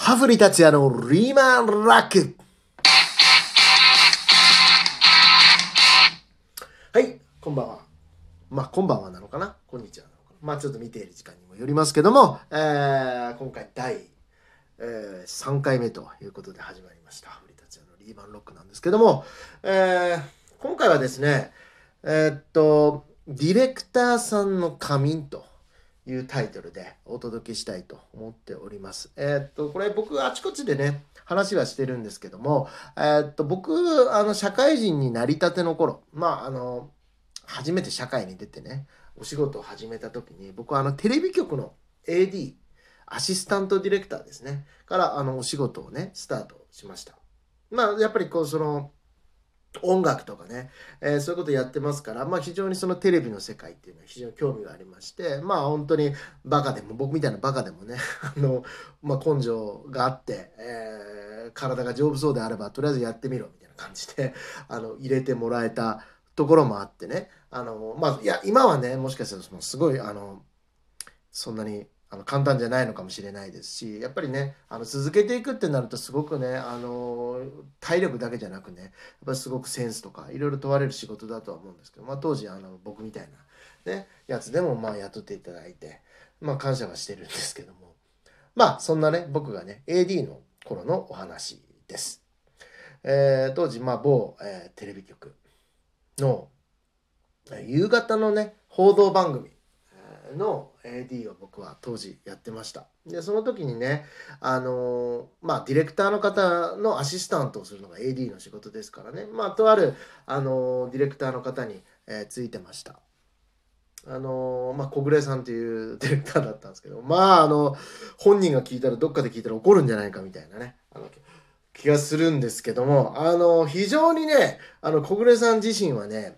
ハフリ達也のリーマンラック。はい、こんばんは。こんばんはなのかな、こんにちはなのかな。ちょっと見ている時間にもよりますけども、今回第、3回目ということで始まりましたハフリ達也のリーマンロックなんですけども、今回はですね、ディレクターさんの仮眠というタイトルでお届けしたいと思っております。これ僕あちこちでね話はしてるんですけども、僕社会人になりたての頃、初めて社会に出てねお仕事を始めた時に、僕はテレビ局の AD アシスタントディレクターですねからお仕事をねスタートしました。やっぱり音楽とかね、そういうことやってますから、非常にそのテレビの世界っていうのは非常に興味がありまして、本当にバカでも、僕みたいなバカでもね根性があって、体が丈夫そうであればとりあえずやってみろみたいな感じで入れてもらえたところもあってね、いや今はねもしかしたらすごいそんなに簡単じゃないのかもしれないですし、やっぱりね続けていくってなるとすごくね体力だけじゃなくね、やっぱりすごくセンスとかいろいろ問われる仕事だとは思うんですけど、当時僕みたいなねやつでも雇っていただいて感謝はしてるんですけども、そんなね僕がね AD の頃のお話です。当時某、テレビ局の夕方のね報道番組の AD を僕は当時やってました。でその時にねディレクターの方のアシスタントをするのが AD の仕事ですからね、とあるディレクターの方に、ついてました。小暮さんっていうディレクターだったんですけど、本人が聞いたらどっかで聞いたら怒るんじゃないかみたいなね気がするんですけども、非常にね小暮さん自身はね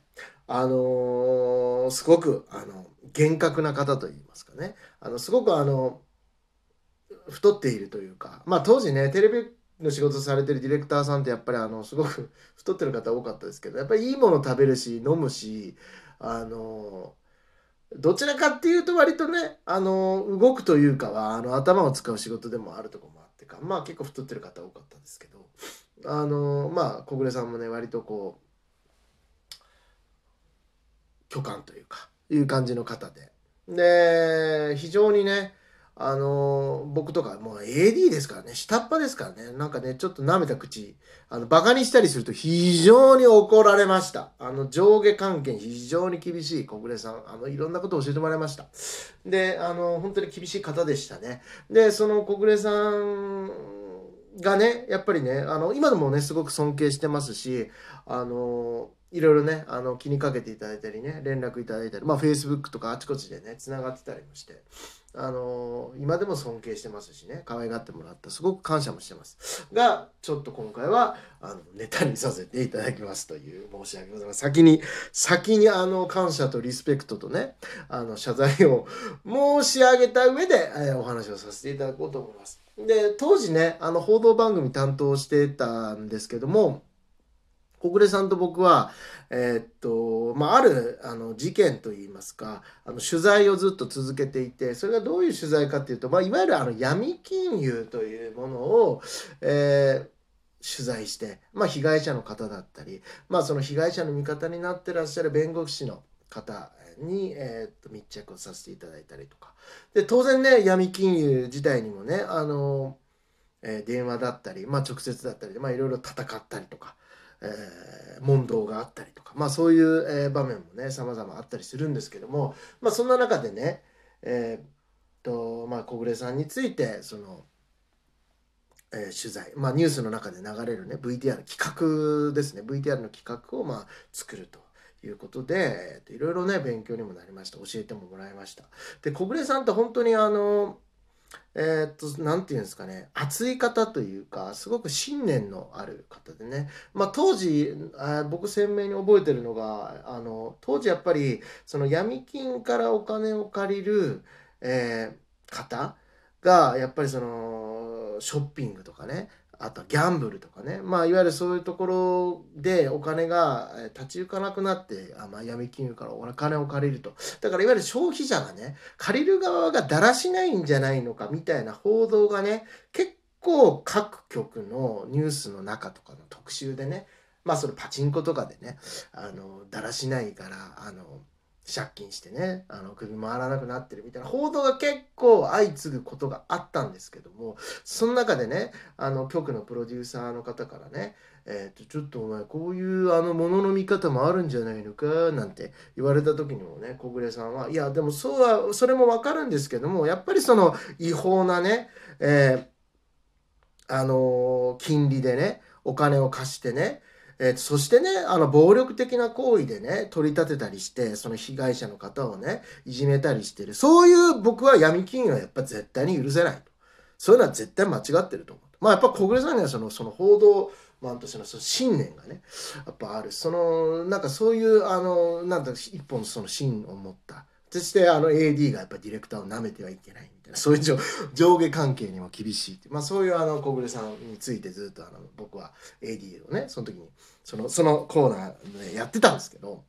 すごく厳格な方といいますかね、すごく太っているというか、当時ねテレビの仕事されてるディレクターさんってやっぱりすごく太ってる方多かったですけど、やっぱりいいもの食べるし飲むし、どちらかっていうと割とね動くというかは頭を使う仕事でもあるところもあってか、結構太ってる方多かったんですけど、小暮さんもね割と巨漢というかいう感じの方で、非常にね僕とかもう AD ですからね、下っ端ですからね、なんかねちょっと舐めた口バカにしたりすると非常に怒られました。上下関係非常に厳しい小暮さん、いろんなことを教えてもらいました。で本当に厳しい方でしたね。でその小暮さんがねやっぱりね今でもねすごく尊敬してますし、いろいろね気にかけていただいたりね連絡いただいたり、Facebook とかあちこちでねつながってたりもして、今でも尊敬してますしね可愛がってもらったすごく感謝もしてますが、ちょっと今回はネタにさせていただきますという申し訳ございません。先に感謝とリスペクトとね謝罪を申し上げた上で、お話をさせていただこうと思います。で当時ね報道番組担当してたんですけども、小暮さんと僕は、ある事件といいますか取材をずっと続けていて、それがどういう取材かっていうと、いわゆる闇金融というものを、取材して、被害者の方だったり、その被害者の味方になってらっしゃる弁護士の方に、密着をさせていただいたりとかで、当然ね闇金融自体にもね電話だったり、直接だったりで、いろいろ戦ったりとか、問答があったりとか、そういう、場面もね様々あったりするんですけども、そんな中でね小暮さんについて取材、ニュースの中で流れるね VTR 企画ですね、 VTR の企画を作るということで、いろいろね勉強にもなりました。教えてもらいました。で小暮さんって本当になんていうんですかね、熱い方というかすごく信念のある方でね、当時僕鮮明に覚えてるのが当時やっぱりその闇金からお金を借りる、方がやっぱりそのショッピングとかね、あとはギャンブルとかね、いわゆるそういうところでお金が立ち行かなくなって、闇金融からお金を借りると。だからいわゆる消費者がね、借りる側がだらしないんじゃないのかみたいな報道がね、結構各局のニュースの中とかの特集でね、そのパチンコとかでね、だらしないから借金してね首回らなくなってるみたいな報道が結構相次ぐことがあったんですけども、その中でね局のプロデューサーの方からねちょっとお前こういうものの見方もあるんじゃないのかなんて言われた時にもね、小暮さんはいやでもそれも分かるんですけども、やっぱりその違法なね、金利でねお金を貸してね、そしてね暴力的な行為でね取り立てたりして、その被害者の方をねいじめたりしてる、そういう僕は闇金融はやっぱ絶対に許せないと、そういうのは絶対間違ってると思う。やっぱ小暮さんにはその報道マンとしてのその信念がねやっぱある、なんかそういうなんだ一本その芯を持った、そして AD がやっぱディレクターを舐めてはいけないみたいな、そういう上下関係にも厳しいっていう、そういう小暮さんについてずっと僕は AD をねその時にそのコーナーでやってたんですけど、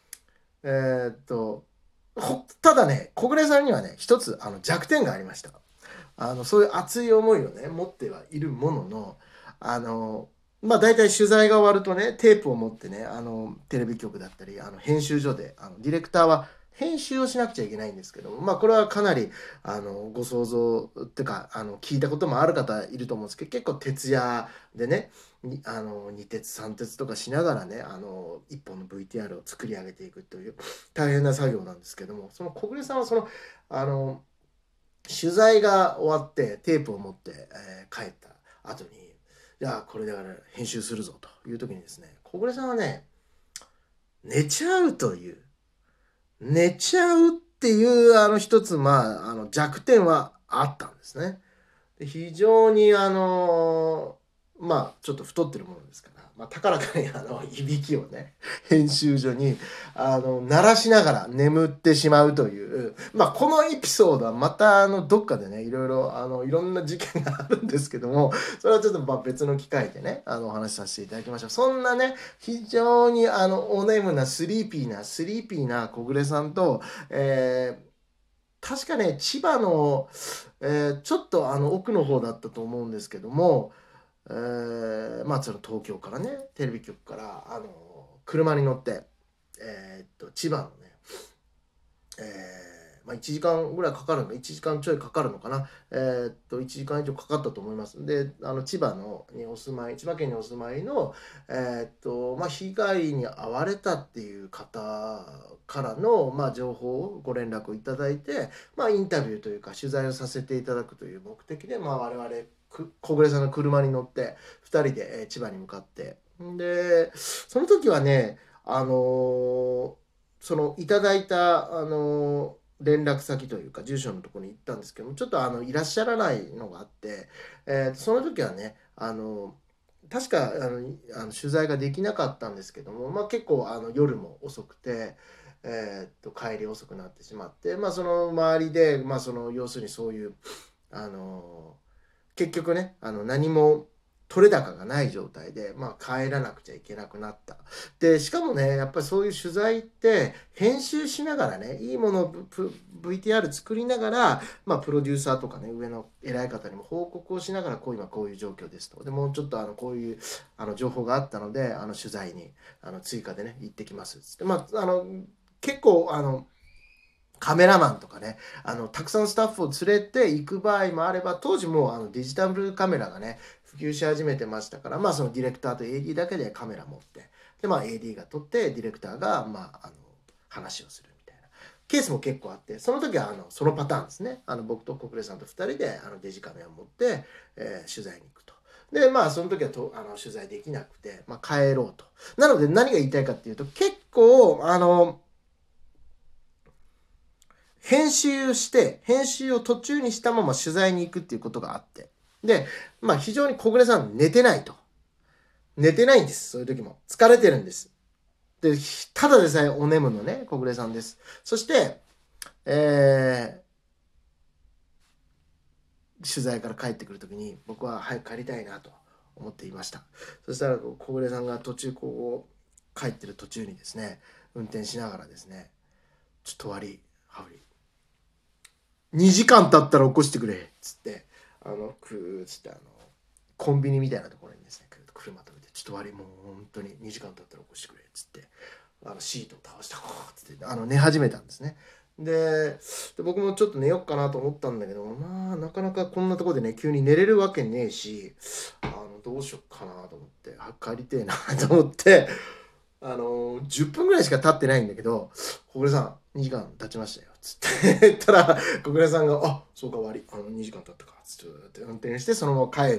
ただね小暮さんにはね一つ弱点がありました。そういう熱い思いをね持ってはいるものの大体取材が終わるとねテープを持ってねテレビ局だったり編集所でディレクターは編集をしなくちゃいけないんですけども、これはかなりご想像っていうか聞いたこともある方いると思うんですけど、結構徹夜でね2鉄3鉄とかしながらね一本の VTR を作り上げていくという大変な作業なんですけども、その小暮さんはその取材が終わってテープを持って、帰った後にじゃあこれだから編集するぞという時にですね、小暮さんはね寝ちゃうっていう一つ弱点はあったんですね。で非常にちょっと太ってるものですから、高らかにいびきをね編集所に鳴らしながら眠ってしまうという、このエピソードはまたどっかでねいろいろいろんな事件があるんですけども、それはちょっと別の機会でねお話しさせていただきましょう。そんなね非常にお眠なスリーピーな小暮さんと、確かね千葉の、ちょっと奥の方だったと思うんですけども、その東京からねテレビ局から車に乗って、千葉のね、1時間ぐらいかかるのか1時間ちょいかかるのかな、1時間以上かかったと思います。で千葉県にお住まいの、被害に遭われたっていう方からの、情報をご連絡をいただいて、インタビューというか取材をさせていただくという目的で、我々小暮さんの車に乗って2人で、千葉に向かって、でその時はねそのいただいた連絡先というか住所のところに行ったんですけども、ちょっといらっしゃらないのがあって、その時はね確か取材ができなかったんですけども、結構夜も遅くて、帰り遅くなってしまって、その周りで、その要するにそういう結局ね何も取れ高がない状態で、帰らなくちゃいけなくなった。でしかもねやっぱりそういう取材って編集しながらねいいものをVTR 作りながら、プロデューサーとかね上の偉い方にも報告をしながら今こういう状況ですと、でもうちょっとこういう情報があったので取材に追加でね行ってきますっつって、結構カメラマンとかねたくさんスタッフを連れて行く場合もあれば、当時もデジタルカメラがね普及し始めてましたから、そのディレクターと AD だけでカメラ持って、でAD が撮ってディレクターが話をするみたいなケースも結構あって、その時はそのパターンですね。僕と小暮さんと2人でデジカメを持って、取材に行くと。でその時は取材できなくて、帰ろうと。なので何が言いたいかっていうと、結構編集を途中にしたまま取材に行くっていうことがあって、で非常に小暮さん寝てないんです。そういう時も疲れてるんです。でただでさえお眠のね小暮さんです。そして、取材から帰ってくる時に僕は早く帰りたいなと思っていました。そしたら小暮さんが途中帰ってる途中にですね運転しながらですね、ちょっと悪い羽振り2時間経ったら起こしてくれっつってクーっつってコンビニみたいなところにですね、車止めて、ちょっと悪い、もう本当に2時間経ったら起こしてくれっつって、シートを倒したこうっつって寝始めたんですね。で僕もちょっと寝よっかなと思ったんだけど、まあなかなかこんなところでね急に寝れるわけねえし、どうしよっかなと思って、帰りてえなと思って10分ぐらいしか経ってないんだけど、小暮さん2時間経ちましたよつって言ったら、小暮さんが「あ、そうか、悪い、2時間経ったか」つって運転してそのまま帰って、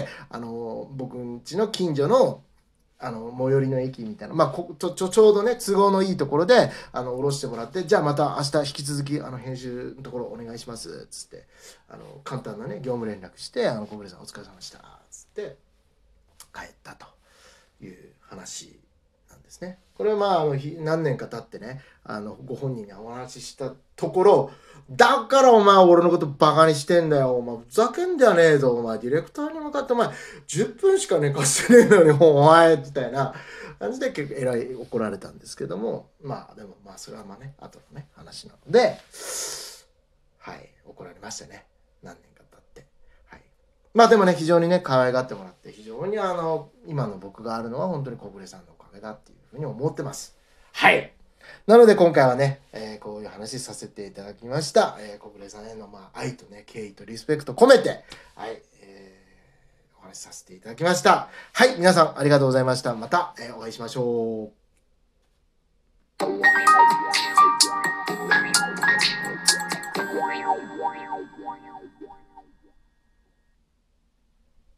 僕ん家の近所の最寄りの駅みたいな、まあちょうどね都合のいいところで降ろしてもらって、じゃあまた明日引き続き編集のところお願いしますっつって、簡単なね業務連絡して「小暮さんお疲れ様でした」っつって帰ったという話なんですね。これはまあ何年か経ってねご本人にお話ししたところ、だからお前俺のことバカにしてんだよ、お前ふざけんじゃねえぞ、お前ディレクターに向かってお前10分しか寝かせてねえのにもうお前みたいな感じで結構えらい怒られたんですけども、まあでもそれはまあね後のね話なので、はい怒られましたね、何年か経って。はい、まあでもね非常にね可愛がってもらって、非常に今の僕があるのは本当に小暮さんのおかげだっていうふうに思ってます。はい。なので今回はね、こういう話させていただきました。小暮さんへの愛とね敬意とリスペクト込めて、はい、お話しさせていただきました。はい、皆さんありがとうございました。また、お会いしましょう。